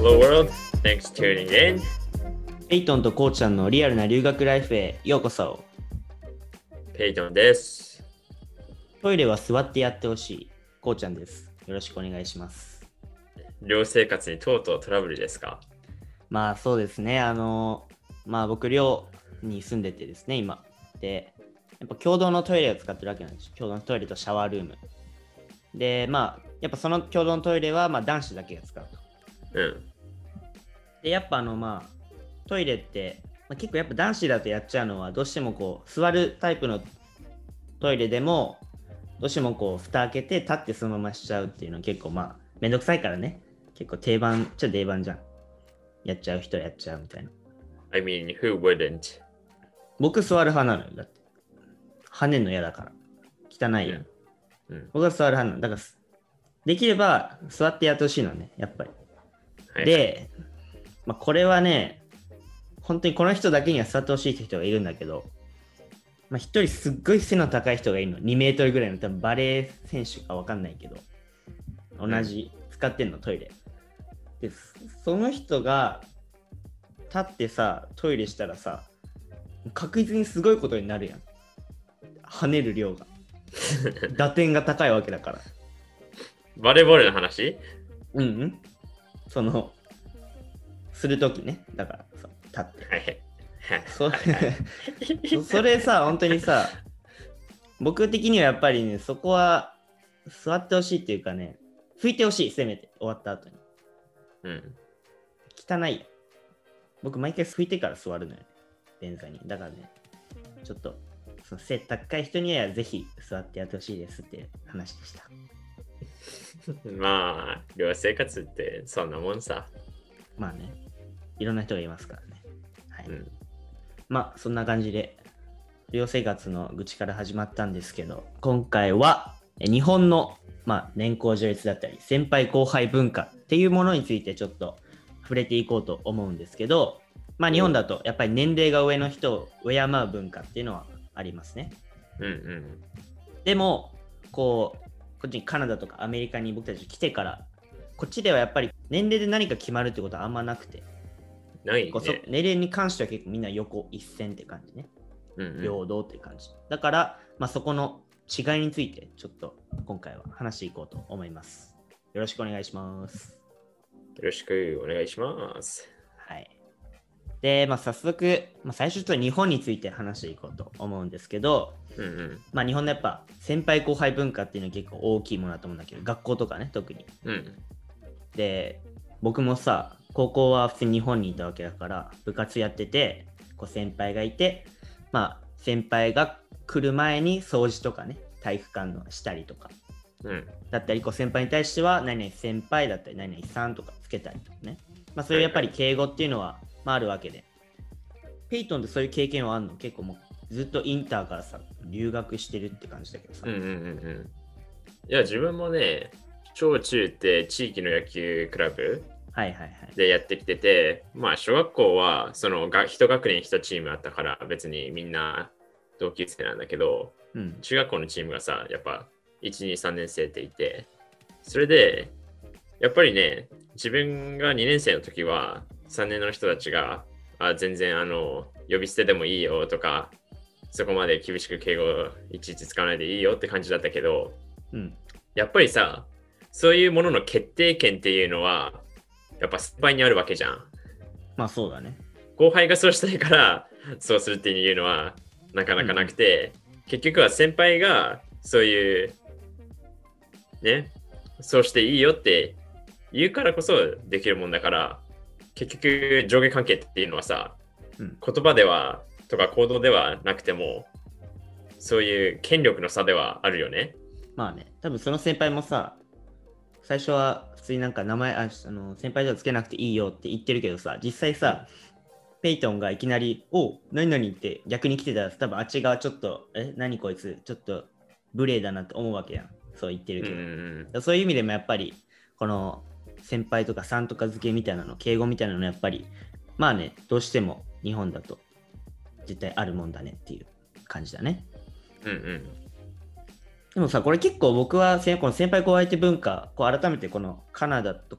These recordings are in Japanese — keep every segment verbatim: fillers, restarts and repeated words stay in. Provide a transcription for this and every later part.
Hello world, thanks for tuning in. ペイトンとコウちゃんのリアルな留学ライフへようこそ。 ペイトンです。 トイレは座ってやってほしい。コウちゃんです。よろしくお願いします。 寮生活にとうとうトラブルですか？ まあそうですね。あの、まあ僕寮に住んでてですね、今。で、やっぱ共同のトイレを使ってるわけなんです。共同のトイレとシャワールーム。で、まあ、やっぱその共同のトイレはまあ男子だけが使うと。 うん。 で、やっぱあのまあ、トイレって、まあ、結構やっぱ男子だとやっちゃうのは、どうしてもこう、座るタイプのトイレでも、どうしてもこう、蓋開けて立ってそのまましちゃうっていうのは結構まあ、めんどくさいからね。結構定番っちゃ定番じゃん。やっちゃう人はやっちゃうみたいな。 I mean, who wouldn't? 僕座る派なのよ。だって。跳ねんの嫌だから。汚いやん。 うん。 僕は座る派なの。だから、できれば座ってやってほしいのね、やっぱり。 はい、 で、まあ、これはね、本当にこの人だけには座ってほしいって人がいるんだけど、まあ、一人すっごい背の高い人がいるの。にメートルぐらいの多分バレー選手かわかんないけど、同じ使ってんの、トイレ。で、その人が立ってさ、トイレしたらさ、確実にすごいことになるやん。跳ねる量が。打点が高いわけだから。 バレーボールの話？ うんうん。その、するときね。だからさ、立って。 はいそれそれさ、本当にさ、僕的にはやっぱりね、そこは座ってほしいっていうかね、拭いてほしい、せめて、終わった後に。 うん。 汚いよ。僕、毎回拭いてから座るのよね、便座に。だからね、ちょっと、その背高い人にはぜひ座ってやってほしいですっていう話でした。 まあ、寮生活ってそんなもんさ。 まあね、いろんな人がいますからね。はい。 うん、 まあ、そんな感じで、寮生活の愚痴から始まったんですけど、今回は日本の、まあ、年功序列だったり、先輩後輩文化っていうものについてちょっと触れていこうと思うんですけど、まあ、日本だとやっぱり年齢が上の人を敬う文化っていうのはありますね。 うんうん。 でも、こう、こっちにカナダとかアメリカに僕たち来てから、こっちではやっぱり年齢で何か決まるってことはあんまなくて、 ないね。 こうそ年齢に関しては結構みんな横一線って感じね。 うんうん、 平等って感じ。だから、まあ、そこの違いについてちょっと今回は話していこうと思います。よろしくお願いします。 よろしくお願いします。 はい。で、まあ、早速、まあ、最初ちょっと日本について話していこうと思うんですけど、 うんうん、 まあ、日本のやっぱ先輩後輩文化っていうのは結構大きいものだと思うんだけど、学校とかね、特に。 うん、 で、僕もさ、高校は普通に日本にいたわけだから、部活やってて、こう先輩がいて、まあ、先輩が来る前に掃除とかね、体育館のしたりとか、 うん、 だったり、こう先輩に対しては、何々先輩だったり、何々さんとかつけたりとかね。まあ、そういうやっぱり敬語っていうのは、まあ、あるわけで。ペイトンってそういう経験はあるの？結構もうずっとインターからさ、留学してるって感じだけどさ。 うんうんうんうん。いや、自分もね、小中って地域の野球クラブはいはいはい。 でやってきてて、まあ小学校はそのが一学年一チームあったから別にみんな同級生なんだけど、 うん、 中学校のチームがさ、やっぱいち、に、さんねん生っていて、それでやっぱりね、自分がにねん生の時はさんねんの人たちがあ全然あの呼び捨てでもいいよとか、そこまで厳しく敬語をいちいち使わないでいいよって感じだったけど、 うん、 やっぱりさ、そういうものの決定権っていうのはやっぱ先輩にあるわけじゃん。 まあそうだね。 後輩がそうしたいからそうするっていうのはなかなかなくて、うん、結局は先輩がそういうね、そうしていいよって言うからこそできるもんだから、結局上下関係っていうのはさ、うん、言葉ではとか行動ではなくてもそういう権力の差ではあるよね。 まあね、多分その先輩もさ、最初は普通になんか名前、ああの先輩ではつけなくていいよって言ってるけどさ、実際さ、うん、ペイトンがいきなり、お何々って逆に来てたら、多分あっち側ちょっと、え、何こいつ、ちょっと無礼だなって思うわけやん。そう言ってるけど。うんうんうん、そういう意味でもやっぱり、この先輩とかさんとか付けみたいなの、敬語みたいなのやっぱり、まあね、どうしても日本だと絶対あるもんだねっていう感じだね。 うんうん。 でもさ、これ結構僕はこの先輩後輩って文化、こう改めてこのカナダとか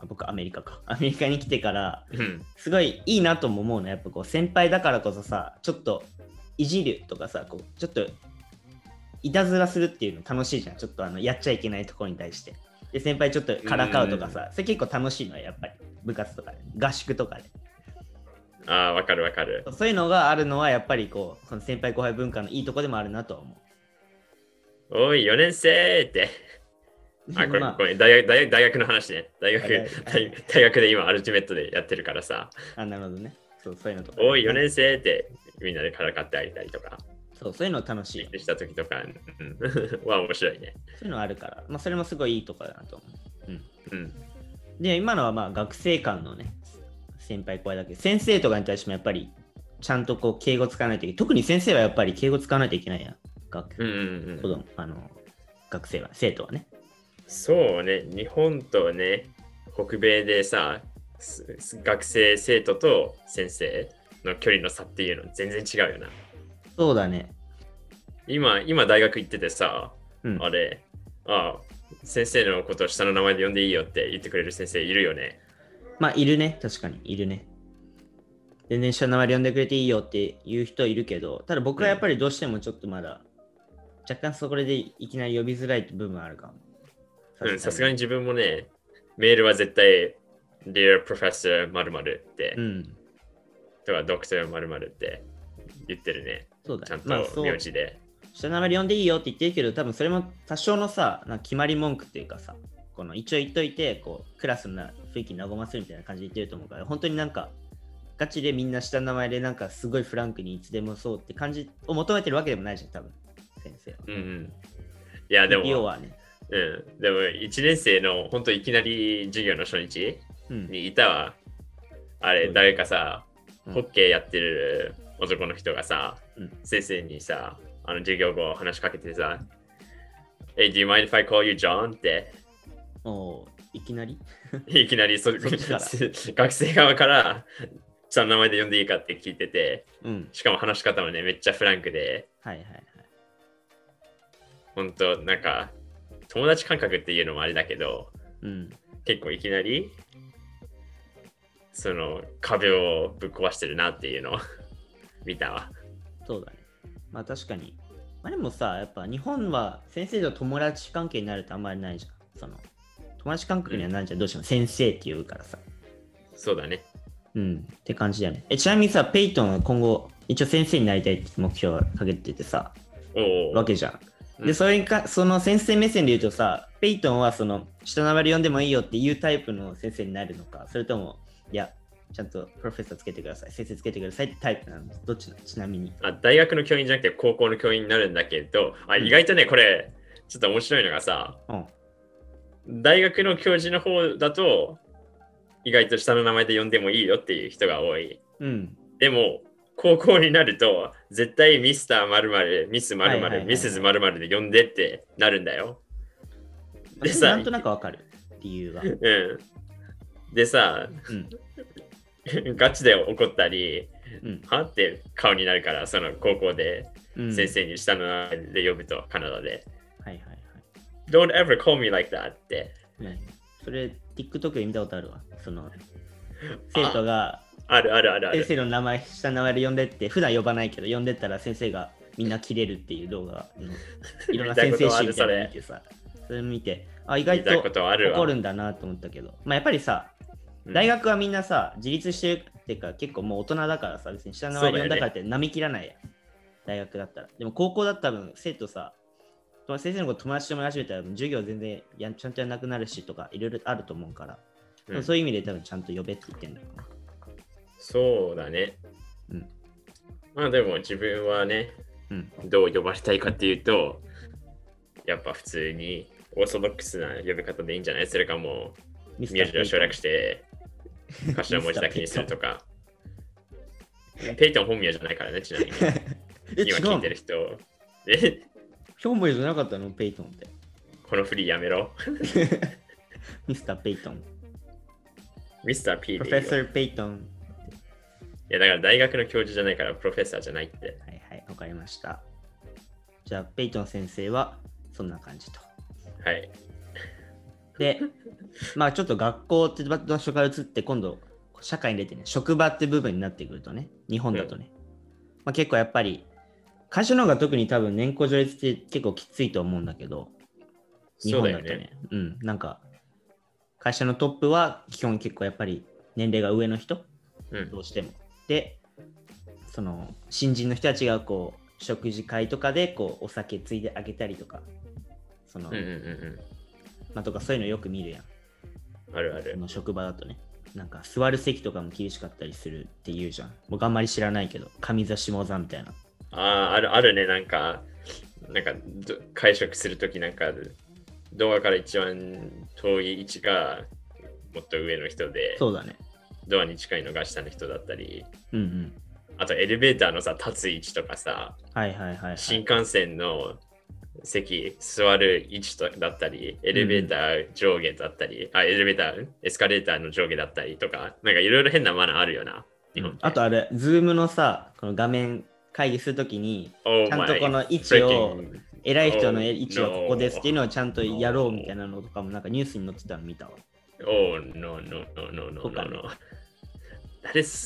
僕アメリカか。アメリカに来てから、 うんすごいいいなとも思うの。やっぱこう先輩だからこそさ、ちょっといじるとかさ、こうちょっといたずらするっていうの楽しいじゃん。ちょっとあのやっちゃいけないところに対して。で、先輩ちょっとからかうとかさ、それ結構楽しいのよ、やっぱり。部活とかで、合宿とかで。 ああ、わかるわかる。 そういうのがあるのは、やっぱりこう、その先輩後輩文化のいいとこでもあるなとは思う。 おい、よねん生って。あ、これ、 まあこれ大学大学大学の話ね。大学あ大大大学で今、アルティメットでやってるからさ。 あ、なるほどね。そう、そういうのとか。 おい、よねん生ってみんなでからかってあげたりとか。 そう、そういうの楽しい。 した時とか、うん、は面白いね。 そういうのあるから、まあ、それもすごいいいとこだなと思う。うん。 うん。 で、今のはまあ学生間のね、先輩後輩だけど、先生とかに対してもやっぱり、ちゃんとこう敬語使わないといけない。特に先生はやっぱり敬語使わないといけないやん。学うんうんうん、 子供あの学生は、生徒はね。 そうね、日本とね、北米でさ、学生、生徒と先生の距離の差っていうの全然違うよな。 そうだね。 今、今大学行っててさ、 うん、 あれ、ああ、先生のことを下の名前で呼んでいいよって言ってくれる先生いるよね。 まあ、いるね。確かに、いるね。全然下の名前で呼んでくれていいよって言う人いるけど、ただ僕はやっぱりどうしてもちょっとまだ、若干そこでいきなり呼びづらい部分あるかも。 うん、さすがに自分もね、メールは絶対、Dear Professor 〇〇って、 うん、 とか Doctor 〇〇って言ってるね。 そうだね。 ちゃんまあそうと名字で。 下の名前で呼んでいいよって言ってるけど、多分それも多少のさ、なんか決まり文句っていうかさ、この一応言っといて、こうクラスの雰囲気和ませるみたいな感じで言ってると思うから、本当になんか、ガチでみんな下の名前でなんかすごいフランクにいつでもそうって感じを求めてるわけでもないじゃん、多分、先生は。 うんうん。いや、でも、 要はね、 うん、でもいちねん生の本当いきなり授業の初日うん、 にいたわ。あれ、 うん誰かさ、 うんホッケーやってる男の人がさ、 うん先生にさ、あの授業後話しかけてさ、Hey, do you mind if I call you John? っておーいきなりいきなりそそっちから学生側からちゃんと名前で呼んでいいかって聞いてて、 うん。 しかも話し方もね、めっちゃフランクで、 はいはいはい。 本当なんか友達感覚っていうのもあれだけど、 うん。 結構いきなりその壁をぶっ壊してるなっていうのを見たわ。 そうだね。まあ確かに。まあでもさ、やっぱ日本は先生と友達関係になるとあんまりないじゃん。その友達感覚にはなるじゃん。どうしても先生って言うからさ。 そうだね。 うん。って感じだよね。え、ちなみにさ、ペイトンは今後、一応先生になりたいって目標をかけててさ、 おわけじゃん。で、 うんそれにか、その先生目線で言うとさ、ペイトンはその、下の名前で呼んでもいいよっていうタイプの先生になるのか、それとも、いや、ちゃんとプロフェッサーつけてください、先生つけてくださいってタイプなの？どっちなの？ちなみに。 あ、大学の教員じゃなくて高校の教員になるんだけど、あ、 うん意外とね、これ、ちょっと面白いのがさ、 うん。 大学の教授の方だと、意外と下の名前で呼んでもいいよっていう人が多い。 うん。 でも、高校になると、絶対ミスター〇〇、ミス〇〇、 はいはいはいはいミスズ〇〇で呼んでってなるんだよ。でそれさ、 なんとなくわかる。理由が。 うん。でさ、 うん。 ガチで怒ったり、 うん。 はって顔になるから、その高校でうん、 先生に下の名前で呼ぶと、カナダで。 はいはいはい。 Don't ever call me like that って。 ね、それ、TikTok で見たことあるわ。その、生徒があるあるあるある。 先生の名前、下の名前で呼んでって、普段呼ばないけど、呼んでったら先生がみんな切れるっていう動画の、いろんな先生集みたいなの見てさ、それ見て、あ、意外見たことあるわと怒るんだなと思ったけど、まあやっぱりさ、大学はみんなさ、自立してるっていうか、結構もう大人だからさ、別に下の名前で呼んだからって並み切らないやん。大学だったら。でも高校だったら多分生徒さ、先生のこと友達と思い始めたら授業全然やちゃんとやんなくなるしとかいろいろあると思うから、 うんそういう意味で多分ちゃんと呼べって言ってんだよな。 そうだね。 うん。 まあでも自分はね、 うん。 どう呼ばれたいかっていうと、やっぱ普通にオーソドックスな呼び方でいいんじゃない？それかもう、 ミスター名字を省略して頭文字だけにするとか。ペイトン本名じゃないからね、ちなみに。 え、 今違うの聞いてる人。え、 表名じゃなかったのペイトンって。 このフリーやめろ。 ミスターペイトン。 ミスター P プでいいよ。 ロフェッサーペイトン。 いやだから大学の教授じゃないからプロフェッサーじゃないって。 はいはい、わかりました。じゃあ、ペイトン先生はそんな感じと。 はい。 で、まあちょっと学校って場所から移って今度社会に出てね、職場って部分になってくるとね、日本だとね、まあ、結構やっぱり会社の方が特に多分年功序列って結構きついと思うんだけど、日本だとね、 そうだよね。 うん、なんか会社のトップは基本結構やっぱり年齢が上の人、 うん。 どうしても。で、その新人の人たちがこう食事会とかでこうお酒ついであげたりとか、その、 うんうんうんまあ、とかそういうのよく見るやん。 うん。あるある。 その職場だとね。なんか座る席とかも厳しかったりするって言うじゃん。僕あんまり知らないけど、上座下座みたいな。 ああ、あるあるね。なんか、なんかど会食するときなんか、動画から一番遠い位置がもっと上の人で、 そうだね。 ドアに近いのが下の人だったり、 うんうん。 あとエレベーターのさ、立つ位置とかさ、 はいはいはい、はい。 新幹線の席、座る位置とだったり、エレベーター上下だったり、あ、エレベーター、エスカレーターの上下だったりとか、なんかいろいろ変なマナーあるよな、日本って。 あとあれ、ズームのさ、この画面会議するときに、 Oh ちゃんとこ my の位置を、 freaking- 偉い人の oh 位置はここですっていうのをちゃんとやろう no みたいなのとかもなんかニュースに載ってたの見たわ。 Oh no no no no no とか no ね no. That is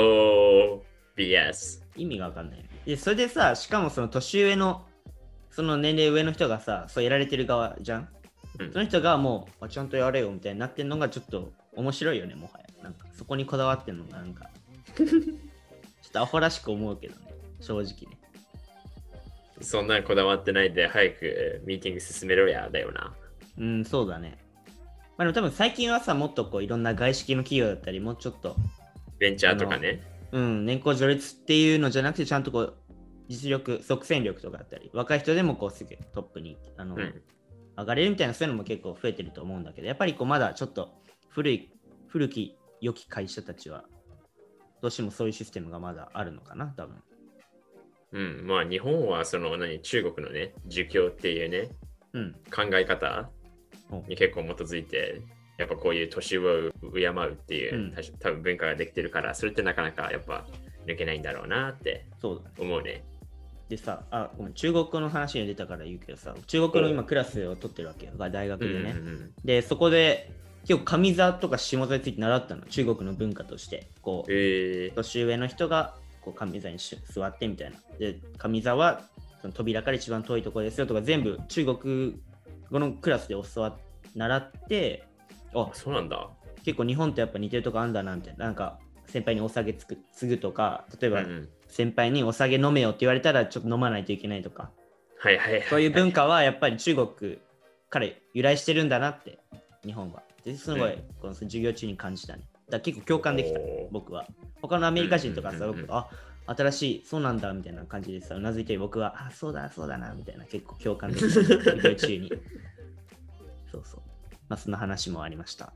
so ビーエス。 意味がわかんない。で、それでさ、しかもその年上の、その年齢上の人がさ、そうやられてる側じゃん。 うんその人がもう、あちゃんとやれよみたいになってんのがちょっと面白いよね、もはや。なんかそこにこだわってんのがなんか、ちょっとアホらしく思うけどね、正直ね。 そんなこだわってないで早くミーティング進めろやだよな。 うん、そうだね。まあでも多分最近はさ、もっとこういろんな外資系の企業だったり、もうちょっと、 ベンチャーとかね。 うん、年功序列っていうのじゃなくて、ちゃんとこう、実力、即戦力とかだったり、若い人でもこうすぐトップにあの、 うん上がれるみたいな、そういうのも結構増えてると思うんだけど、やっぱりこうまだちょっと古い、古き良き会社たちは、どうしてもそういうシステムがまだあるのかな、多分。 うん、まあ日本はその何中国のね、儒教っていうね、 うん。 考え方に結構基づいて、やっぱこういう年を敬うっていう、 うんたし多分文化ができてるから、それってなかなかやっぱ抜けないんだろうなってそうだね。 思うね。 でさ、あ、ごめん、中国語の話に出たから言うけどさ、中国の今クラスを取ってるわけよ、大学でね。 うんうんうんで、そこで、結構上座とか下座について習ったの、中国の文化として。こう、 えー、 年上の人がこう上座にし座ってみたいな。で、上座はその扉から一番遠いところですよとか、全部中国語のクラスで教わっ習って、あ、 そうなんだ。 結構日本とやっぱ似てるとこあんだなみたいな。なんか先輩にお酒つく継ぐとか、例えばうんうん先輩にお酒飲めよって言われたらちょっと飲まないといけないとか、 はいはいはい、はい。 そういう文化はやっぱり中国から由来してるんだなって、日本は。ですごい、 うんこの授業中に感じたね。だから結構共感できたおー、 僕は。他のアメリカ人とかさ、 うんうんうんうん僕、あ、新しい、そうなんだみたいな感じでさ、うなずいて僕は、あ、そうだ、そうだなみたいな、結構共感できた、授業中に。そうそう。まあ、その話もありました。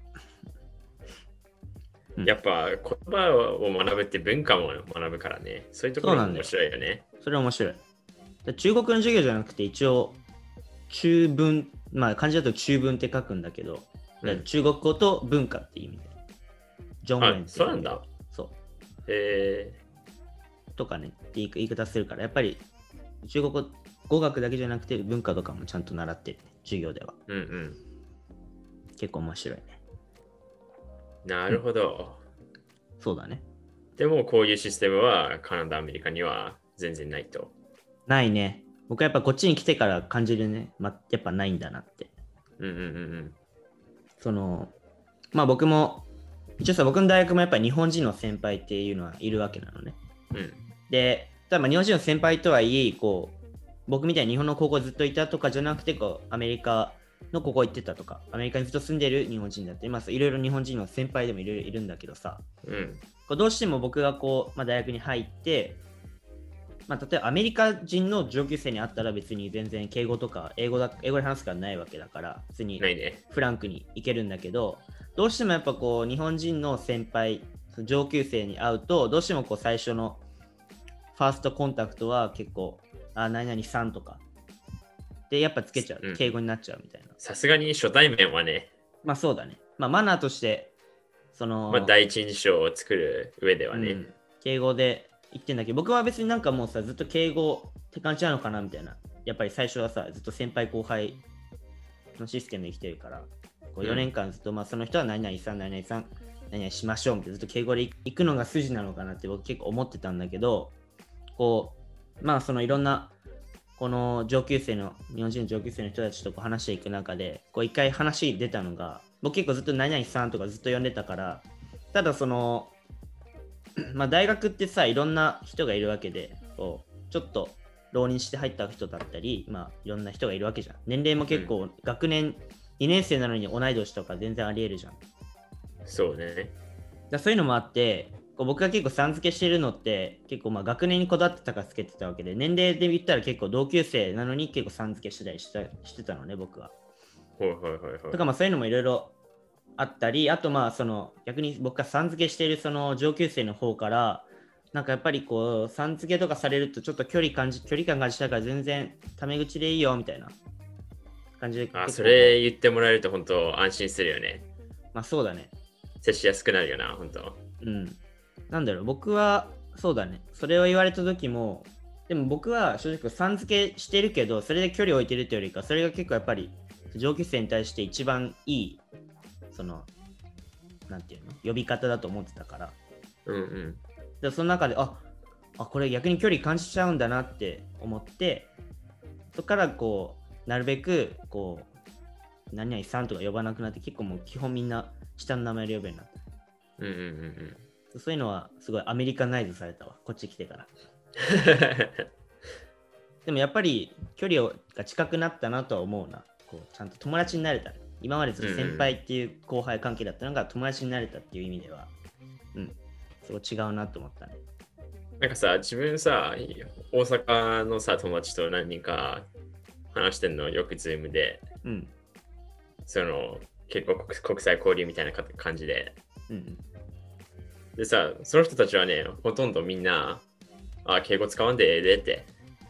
うんやっぱ言葉を学ぶって文化も学ぶからね。そういうところも面白いよね。 それは面白い。で中国の授業じゃなくて、一応、中文、まあ漢字だと中文って書くんだけど、 うん中国語と文化っていう意味で。ジョンウェンっていあ、そうなんだ。 そう。 えとかね、って言い言い方するから、やっぱり中国語、語学だけじゃなくて文化とかもちゃんと習ってる、ね、授業では。 ー、うんうん。 結構面白いね。 なるほど。 そうだね。 でもこういうシステムはカナダ、アメリカには全然ないと。 ないね。僕はやっぱこっちに来てから感じるね、ま、やっぱないんだなって。 うんうんうんその、まあ僕も、一応さ、僕の大学もやっぱり日本人の先輩っていうのはいるわけなのね。 うん。うん。 で、ただまあ日本人の先輩とはいえ、こう、僕みたいに日本の高校ずっといたとかじゃなくて、こう、アメリカの高校行ってたとか、アメリカにずっと住んでる日本人だって、まあいろいろ日本人の先輩でもいろいろいるんだけどさ、 うん。 こうどうしても僕がこう、まあ、大学に入って、まあ、例えばアメリカ人の上級生に会ったら別に全然敬語とか英語だ英語で話すからないわけだから普通にないね。 フランクに行けるんだけど、どうしてもやっぱこう日本人の先輩その上級生に会うとどうしてもこう最初のファーストコンタクトは結構あ何々さんとかでやっぱつけちゃう、 うん敬語になっちゃうみたいな。 さすがに初対面はね、 まあそうだね。まあマナーとしてその、 まあ、第一印象を作る上ではね。 うん敬語で言ってんだけど、僕は別になんかもうさ、ずっと敬語って感じなのかなみたいな。やっぱり最初はさ、ずっと先輩後輩のシステムで生きてるから、ここうよねんかんずっと、まあその人は何々さん、何々さん、何々しましょうってずっと敬語で行くのが筋なのかなって僕結構思ってたんだけど、こう、まあそのいろんな、この上級生の、日本人の上級生の人たちとこう話していく中で、こう一回話出たのが、僕結構ずっと何々さんとかずっと呼んでたから、ただその、まあ大学ってさ、いろんな人がいるわけで、こうちょっと浪人して入った人だったり、まあいろんな人がいるわけじゃん。年齢も結構、学年にねん生なのに同い年とか全然あり得るじゃん。 そうね。 だそういうのもあって、こう僕が結構さん付けしてるのって結構まあ学年にこだわってたからつけてたわけで、年齢で言ったら結構同級生なのに結構さん付けしてたりしたしてたのね、僕は。 はいはいはいはい。 とかまあそういうのもいろいろあったり、あとまあその逆に僕がさん付けしているその上級生の方から、なんかやっぱりこうさん付けとかされるとちょっと距離感じ距離感感じたから全然タメ口でいいよみたいな感じで。 あ、それ言ってもらえると本当安心するよね。 まあそうだね。 接しやすくなるよな、本当。 うん。なんだろう、僕はそうだね。それを言われた時も、でも僕は正直さん付けしてるけど、それで距離を置いてるというよりか、それが結構やっぱり上級生に対して一番いい、その、なんていうの、呼び方だと思ってたから。 うんうん。 でその中で、あ、あ、これ逆に距離感じちゃうんだなって思って、そこからこう、なるべく、こう、何々さんとか呼ばなくなって、結構もう基本みんな下の名前で呼べるようになった。 うんうんうんうん。 そういうのはすごいアメリカナイズされたわ、こっち来てから。でもやっぱり距離が近くなったなとは思うな。こうちゃんと友達になれた。今までずっと先輩っていう後輩関係だったのが友達になれたっていう意味では、うん、すごい違うなと思ったね。 なんかさ、自分さ、大阪のさ、友達と何人か話してんのよくズームで、 うん。 その結構国際交流みたいな感じで。 うんうんでさ、その人たちはね、ほとんどみんな、あ、敬語使わんでええでって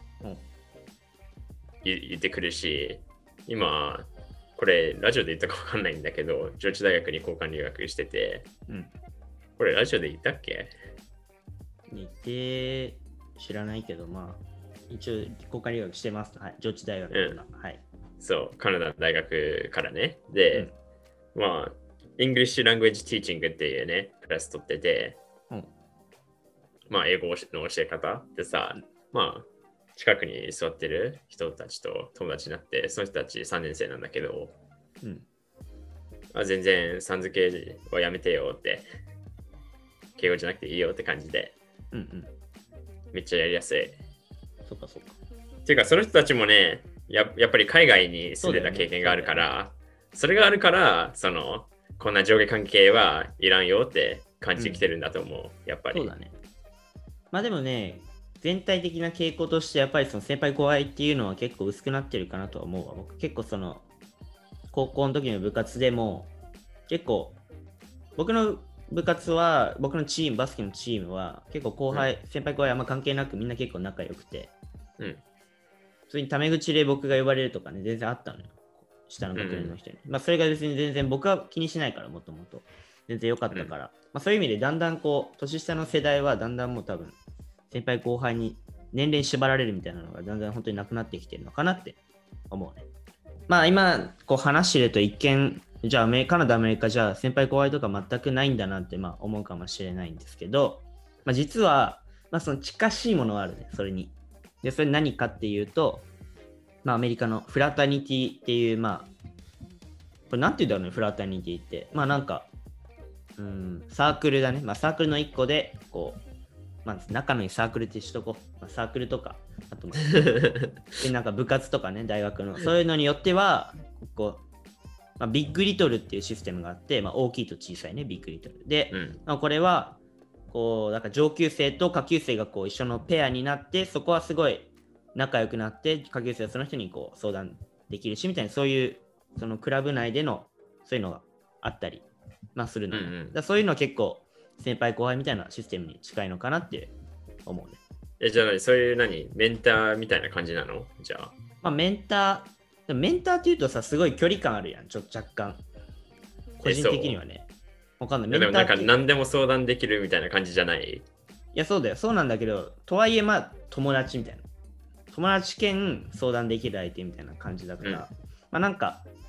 言言ってくるし、今、これラジオで言ったかわかんないんだけど、上智大学に交換留学してて、 うん。 これラジオで言ったっけ？ 似て知らないけど、まあ、一応交換留学してますと。はい。上智大学の、うん、はい。 そう、カナダ大学からね。で、うん、まあ、English Language Teaching っていうね、クラス取ってて、うん、まあ、英語の教え方でさ、まあ、近くに座ってる人たちと友達になって、その人たちさんねん生なんだけど、うん、あ全然さん付けはやめてよって、敬語じゃなくていいよって感じで、うんうん、めっちゃやりやすい。 そっかそっか。 っていうか、その人たちもね、や, やっぱり海外に住んでた経験があるから、そ, それがあるから、その、こんな上下関係はいらんよって感じてきてるんだと思う、うん、やっぱり。 そうだね。まあでもね、全体的な傾向としてやっぱりその先輩後輩っていうのは結構薄くなってるかなとは思うわ。僕結構その高校の時の部活でも結構僕の部活は僕のチームバスケのチームは結構後輩、うん、先輩後輩あんま関係なくみんな結構仲良くて、うん、普通にタメ口で僕が呼ばれるとかね全然あったのよ、下の学年の人に、うん、まあそれが別に全然僕は気にしないからもともと全然良かったから、うん、まあそういう意味でだんだんこう年下の世代はだんだんもう多分先輩後輩に年齢に縛られるみたいなのがだんだん本当になくなってきてるのかなって思うね。まあ今こう話してると一見じゃあアメリカカナダアメリカじゃあ先輩後輩とか全くないんだなってまあ思うかもしれないんですけど、まあ、実はまあその近しいものがあるねそれに。でそれ何かっていうと、まあアメリカのフラタニティっていうまあこれなんて言うんだろうねフラタニティってまあなんかうんサークルだねまあサークルの一個でこうまあ、仲のいいサークルってしとこう、まあ、サークルとかあとまあでなんか部活とかね大学のそういうのによってはこう、まあ、ビッグリトルっていうシステムがあって、まあ、大きいと小さいねビッグリトルで、うんまあ、これはこうなんか上級生と下級生がこう一緒のペアになってそこはすごい仲良くなって下級生はその人にこう相談できるしみたいなそういうそのクラブ内でのそういうのがあったり、まあ、するの、ねうんうん、だそういうのは結構先輩後輩みたいなシステムに近いのかなって思うね。 え、じゃあ何そういう何メンターみたいな感じなのじゃあ。 まあメンター、でもメンターっていうとさ、すごい距離感あるやん、ちょっと若干。個人的にはね。わかんない。 メンターでもなんか何でも相談できるみたいな感じじゃない？いや、そうだよ。そうなんだけど、とはいえまあ友達みたいな。友達兼相談できる相手みたいな感じだから、うん、まあなんか、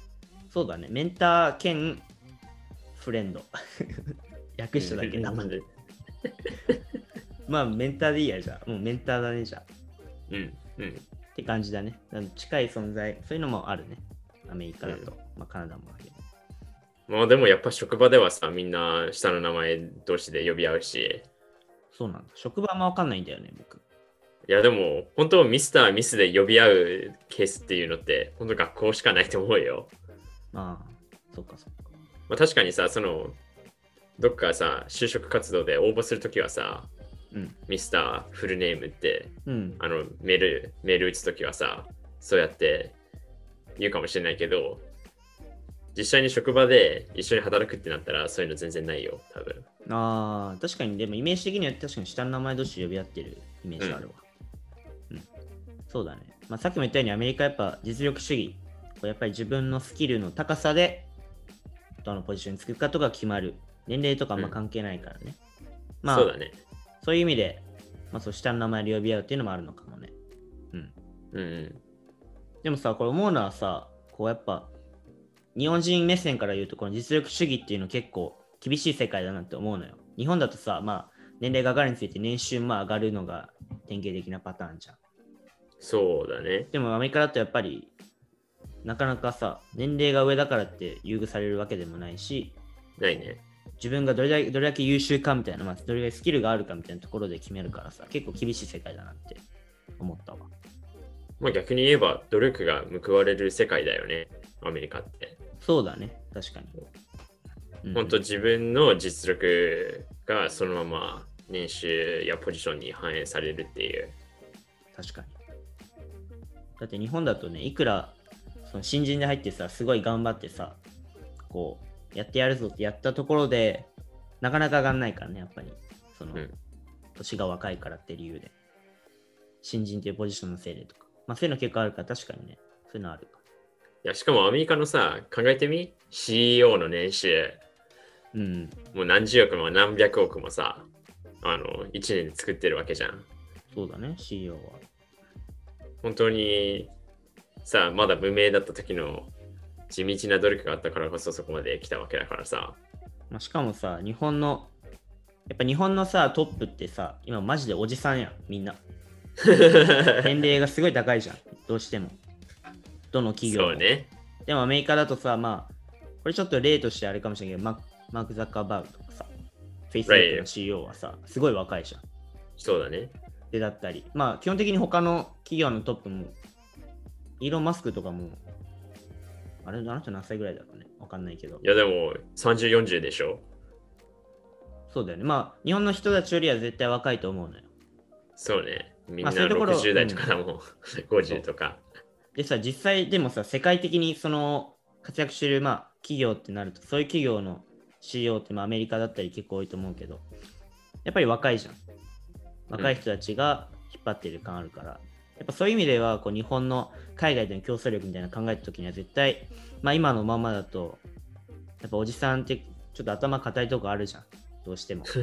そうだね。メンター兼フレンド。略しただけ名前で。まあ、メンターでいいや、じゃあ。もうメンターだね、じゃあ。 うんうん。 って感じだね。近い存在、そういうのもあるね。アメリカだと。うん、まあ、カナダもある。 まあでもやっぱ職場ではさ、みんな下の名前同士で呼び合うし。 そうなんだ。職場もわかんないんだよね、僕。 いやでも、本当ミスターミスで呼び合うケースっていうのって、本当学校しかないと思うよ。 ああ、そっかそっか。 まあ確かにさ、その、どっかさ、就職活動で応募するときはさ、うん、ミスターフルネームって、うん、あのメール、メール打つときはさ、そうやって言うかもしれないけど、実際に職場で一緒に働くってなったらそういうの全然ないよ、多分。 ああ、確かに、でもイメージ的には確かに下の名前同士呼び合ってるイメージあるわ。うん。うん、そうだね。まあ、さっきも言ったようにアメリカやっぱ実力主義。やっぱり自分のスキルの高さでどのポジションにつくかとか決まる。年齢とかあんま関係ないからね。うん、まあ、そうだね。そういう意味で、まあ、そう下の名前で呼び合うっていうのもあるのかもね。うん。うん、うん。でもさ、これ思うのはさ、こうやっぱ日本人目線から言うとこの実力主義っていうの結構厳しい世界だなって思うのよ。日本だとさ、まあ年齢が上がるについて年収まあ上がるのが典型的なパターンじゃん。 そうだね。 でもアメリカだとやっぱりなかなかさ、年齢が上だからって優遇されるわけでもないし、 ないね。 自分がどれだけどれだけ優秀かみたいな、まあ、どれだけスキルがあるかみたいなところで決めるからさ、結構厳しい世界だなって思ったわ。 まあ逆に言えば努力が報われる世界だよね、アメリカって。 そうだね、確かに。 うん、本当自分の実力がそのまま年収やポジションに反映されるっていう。 確かに。だって日本だとね、いくらその新人で入ってさ、すごい頑張ってさ、こう、やってやるぞってやったところで、なかなか上がんないからね、やっぱり。その、うん、年が若いからって理由で。新人っていうポジションのせいでとか。まあそういうの結構あるから確かにね、そういうのあるか。 いや、しかもアメリカのさ、考えてみ シーイーオー の年収。 うん。 もう何十億も何百億もさ、あの、いちねんで作ってるわけじゃん。 そうだね、シーイーオー は。 本当にさ、まだ無名だった時の地道な努力があったからこそそこまで来たわけだからさ。 まあ、しかもさ、日本の、やっぱ日本のさ、トップってさ、今マジでおじさんやん、みんな。年齢がすごい高いじゃん、どうしても。どの企業も。 そうね。 でもアメリカだとさ、まあ、これちょっと例としてあれかもしれないけど、ママーク・ザッカーバーグとかさ、Facebook の シーイーオー はさ、すごい若いじゃん。 そうだね。 で、だったり、まあ、基本的に他の企業のトップも、イーロン・マスクとかも、あれ、あの人何歳ぐらいだろうね。わかんないけど。 いや、でも、さんじゅう、よんじゅうでしょ。 そうだよね。まあ、日本の人たちよりは絶対若いと思うのよ。 そうね。みんなろくじゅう代とかだもん。うん、ごじゅうとか。 でさ、実際でもさ、世界的にその活躍してる、まあ、企業ってなると、そういう企業の シーイーオー って、まあ、アメリカだったり結構多いと思うけど、やっぱり若いじゃん。若い人たちが引っ張ってる感あるから、うん、やっぱそういう意味では、こう日本の海外での競争力みたいなの考えたときには絶対、まあ今のままだと、やっぱおじさんってちょっと頭固いとこあるじゃん。どうしても。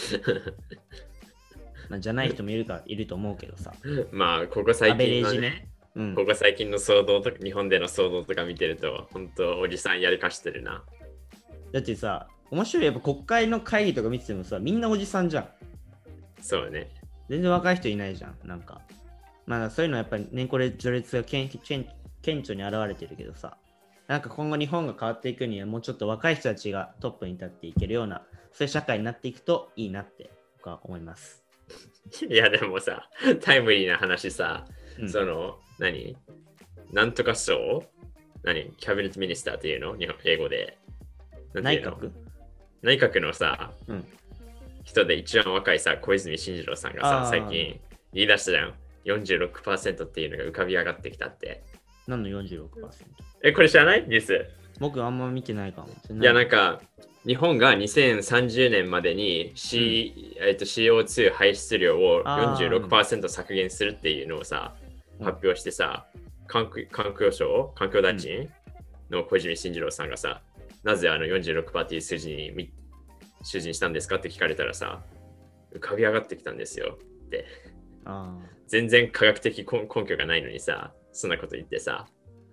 まあじゃない人もいるかいると思うけどさ。 まあ、ここ最近のね、うん、ここ最近の騒動とか、日本での騒動とか見てると、本当おじさんやりかしてるな。 だってさ、面白い、やっぱ国会の会議とか見ててもさ、みんなおじさんじゃん。 そうね。 全然若い人いないじゃん、なんか。まあそういうのはやっぱり年功序列が顕著に現れてるけどさ、なんか今後日本が変わっていくにはもうちょっと若い人たちがトップに立っていけるような、そういう社会になっていくといいなって僕は思います。 いやでもさ、タイムリーな話さ、うん、その、何なんとか賞何キャビネットミニスターっていうの日本英語で。 内閣内閣のさ、うん、人で一番若いさ、小泉進次郎さんがさ、最近言い出したじゃん。よんじゅうろくパーセント っていうのが浮かび上がってきたって。 何の よんじゅうろくパーセント？ え、これ知らないニュース。 僕あんま見てないかも。 いや、なんか、日本がにせんさんじゅうねんまでに、C うんえー、と シーオーツー 排出量を よんじゅうろくパーセント 削減するっていうのをさ、発表してさ、環環境省、環境大臣の小泉進次郎さんがさ、なぜあの よんじゅうろくパーセント っていう数字に就任したんですかって聞かれたらさ、浮かび上がってきたんですよって。あ全然科学的根拠がないのにさ、そんなこと言ってさ、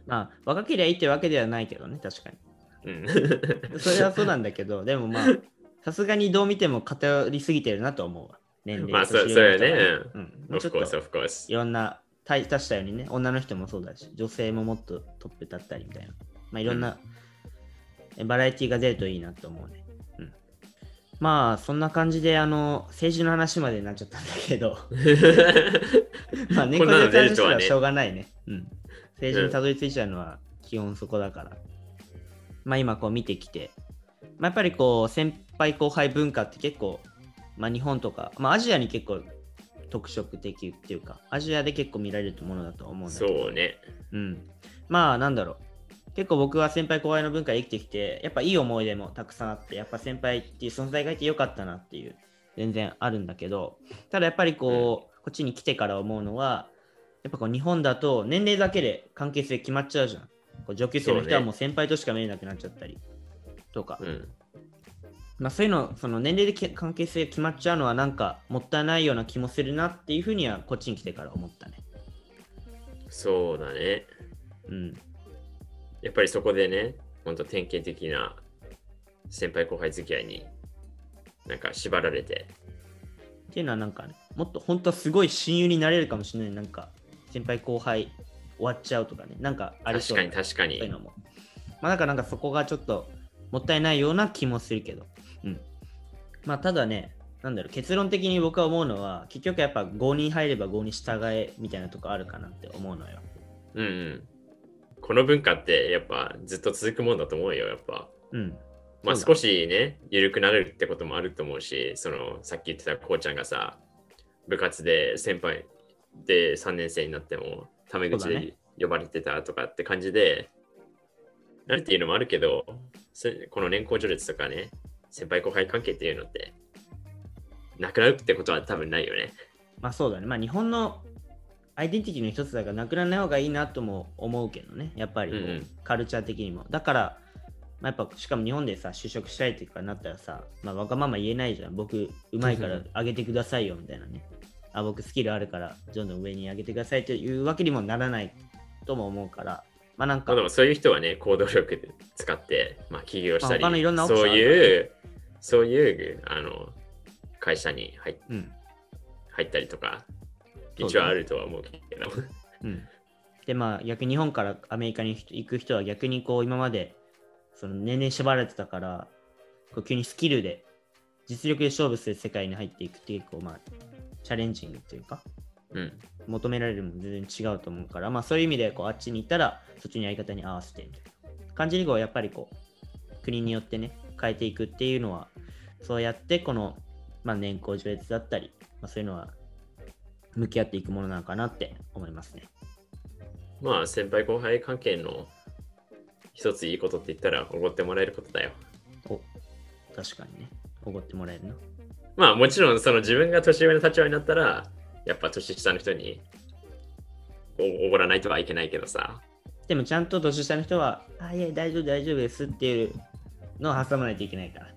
まあ、若ければいいってわけではないけどね、確かうん。 に。それはそうなんだけど、でもまあ、さすがにどう見ても偏りすぎてるなと思うわ。年齢、 まあ、そう、 年そうよ上の人がね。 ね。 うん。もう Of ちょっ course, と of course. いろんな、た出したようにね、女の人もそうだし、女性ももっとトップだったりみたいな。まあ、いろんな、バラエティが出るといいなと思うね。うん。まあ、そんな感じで、あの、政治の話までになっちゃったんだけど、まあ、年功序列の話はしょうがないね。うん。政治にたどり着いちゃうのは基本そこだから。まあ、今こう見てきて、まあ、やっぱりこう、先輩後輩文化って結構、まあ、日本とか、まあ、アジアに結構特色的っていうか、アジアで結構見られるものだと思うんだけど。 そうね。 うん。まあ、なんだろう。結構僕は先輩後輩の文化で生きてきて、やっぱいい思い出もたくさんあって、やっぱ先輩っていう存在がいてよかったなっていう、全然あるんだけど、ただやっぱりこう、うん、こっちに来てから思うのは、やっぱこう日本だと年齢だけで関係性決まっちゃうじゃん。こう上級生の人はもう先輩としか見えなくなっちゃったりとか。 うん、 まあそういうの、その年齢で関係性決まっちゃうのはなんかもったいないような気もするなっていうふうにはこっちに来てから思ったね。 そうだね。 うん。 やっぱりそこでね、ほんと典型的な先輩後輩付き合いになんか縛られて。 っていうのはなんかね、もっと本当はすごい親友になれるかもしれない。なんか先輩後輩終わっちゃうとかね、なんかありそう。 確かに確かに。 そういうのも。まあだからなんかそこがちょっともったいないような気もするけど。うん。まあただね、なんだろう、結論的に僕は思うのは、結局やっぱごに入ればごに従えみたいなとこあるかなって思うのよ。 うんうん。この文化ってやっぱずっと続くもんだと思うよ、やっぱ。 うん。 まあ少しね、緩くなれるってこともあると思うし、そのさっき言ってたこうちゃんがさ、部活で先輩でさんねん生になってもタメ口で呼ばれてたとかって感じで、なるっていうのもあるけど、この年功序列とかね、先輩後輩関係っていうのってなくなるってことは多分ないよね。 まあそうだね。まあ日本のアイデンティティの一つだからなくならない方がいいなとも思うけどね。やっぱりこう、うんうん、カルチャー的にも。だから、まあ、やっぱしかも日本でさ、就職したいっていうかなったらさ、まあ、わがまま言えないじゃん。僕、うまいから上げてくださいよみたいなね。あ、僕スキルあるからどんどん上に上げてくださいというわけにもならないとも思うから、まあなんか。 でもそういう人はね、行動力使って、まあ、起業したり、 他のいろんなそういう、そういうあの会社に入,、うん、入ったりとか、一応あるとは思うけど。 うん、でまあ逆に日本からアメリカに行く人は逆にこう今までその年々縛られてたからこう急にスキルで実力で勝負する世界に入っていくって結構まあチャレンジングというか、 うん、 求められるもの全然違うと思うから、まあそういう意味でこうあっちに行ったらそっちのやり方に合わせてみたいな感じにこうやっぱりこう国によってね変えていくっていうのはそうやってこの、まあ、年功序列だったり、まあ、そういうのは向き合っていくものなのかなって思いますね。 まあ先輩後輩関係の一ついいことって言ったらおごってもらえることだよ。 お、確かにね。おごってもらえるの。 まあもちろんその自分が年上の立場になったらやっぱ年下の人におごらないとはいけないけどさ。 でもちゃんと年下の人は、あ、いや大丈夫大丈夫ですっていうのを挟まないといけないから。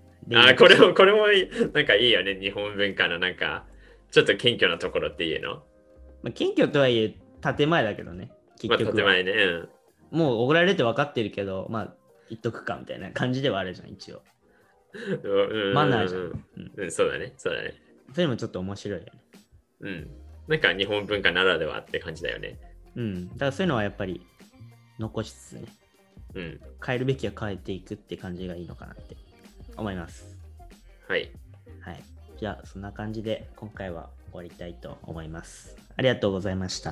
あ、これもこれもなんかいいよね。日本文化のなんかちょっと謙虚なところっていうの。 まあ、謙虚とはいえ建前だけどね。 結局は。まあ建前ね。うんもうおごられるって分かってるけど、まあ、言っとくかみたいな感じではあるじゃん、一応。 うん、 マナーじゃん、 うんうん。そうだね、そうだね。 それもちょっと面白いよね。 うん。なんか日本文化ならではって感じだよね。 うん。だからそういうのはやっぱり残しつつね。 うん。 変えるべきは変えていくって感じがいいのかなって思います。 はい。 はい。じゃあ、そんな感じで今回は終わりたいと思います。ありがとうございました。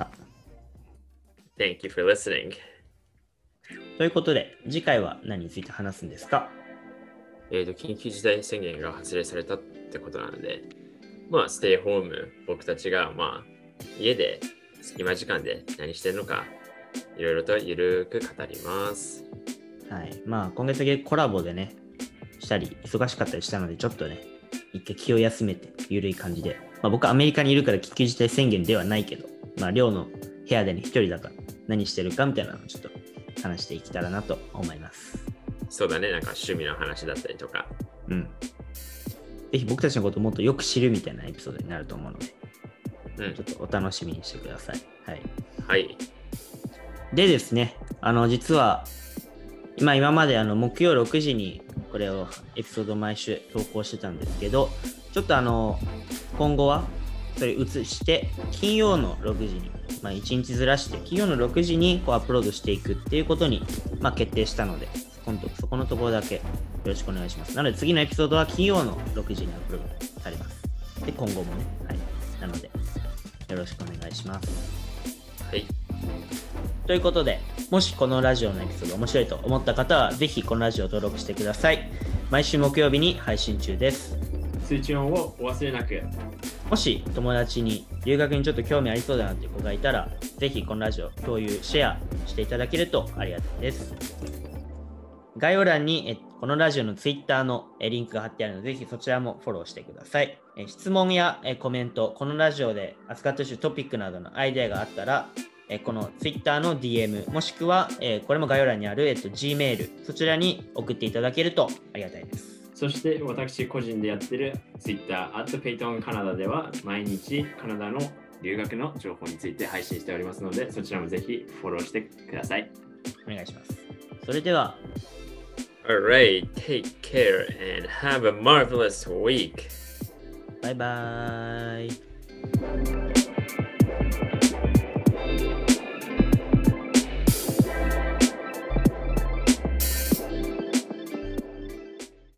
Thank you for listening. ということで、次回は何について話すんですか？ えっと、緊急事態宣言が発令されたってことなので、まあ、ステイホーム、僕たちが、まあ、家で隙間時間で何してるのか、いろいろとゆるく語ります。 はい。まあ、今月だけコラボでね、したり、忙しかったりしたので、ちょっとね、一回気を休めて、ゆるい感じで。まあ、僕はアメリカにいるから緊急事態宣言ではないけど、まあ、寮の部屋でね、一人だから何してるかみたいなのをちょっと話していけたらなと思います。 そうだね、なんか趣味の話だったりとか。 うん。ぜひ僕たちのことをもっとよく知るみたいなエピソードになると思うので、うん、ちょっとお楽しみにしてください。はい。 はい。 でですね、あの、実は、今今まであの木曜ろくじにこれをエピソード毎週投稿してたんですけど、ちょっとあの今後はそれ移して金曜のろくじに、まあ、いちにちずらして金曜のろくじにこうアップロードしていくっていうことに、まあ、決定したので、そこのとそこのところだけよろしくお願いします。なので次のエピソードは金曜のろくじにアップロードされます。で今後もね、はい、なのでよろしくお願いします。 はい。 ということで、もしこのラジオのエピソード面白いと思った方はぜひこのラジオを登録してください。毎週木曜日に配信中です。 通知音をお忘れなく。 もし友達に留学にちょっと興味ありそうだなっていう子がいたら、ぜひこのラジオ共有シェアしていただけるとありがたいです。概要欄にえこのラジオのツイッターのリンクが貼ってあるので、ぜひそちらもフォローしてください。質問やコメント、このラジオで扱ってほしいトピックなどのアイデアがあったら、この Twitter の ディーエム もしくはこれも概要欄にある Gmail、 そちらに送っていただけるとありがたいです。 そして私個人でやってる Twitter アットペイトンカナダでは毎日カナダの留学の情報について配信しておりますので、そちらもぜひフォローしてください。 お願いします。それでは Alright, take care and have a marvelous week. バイバーイ。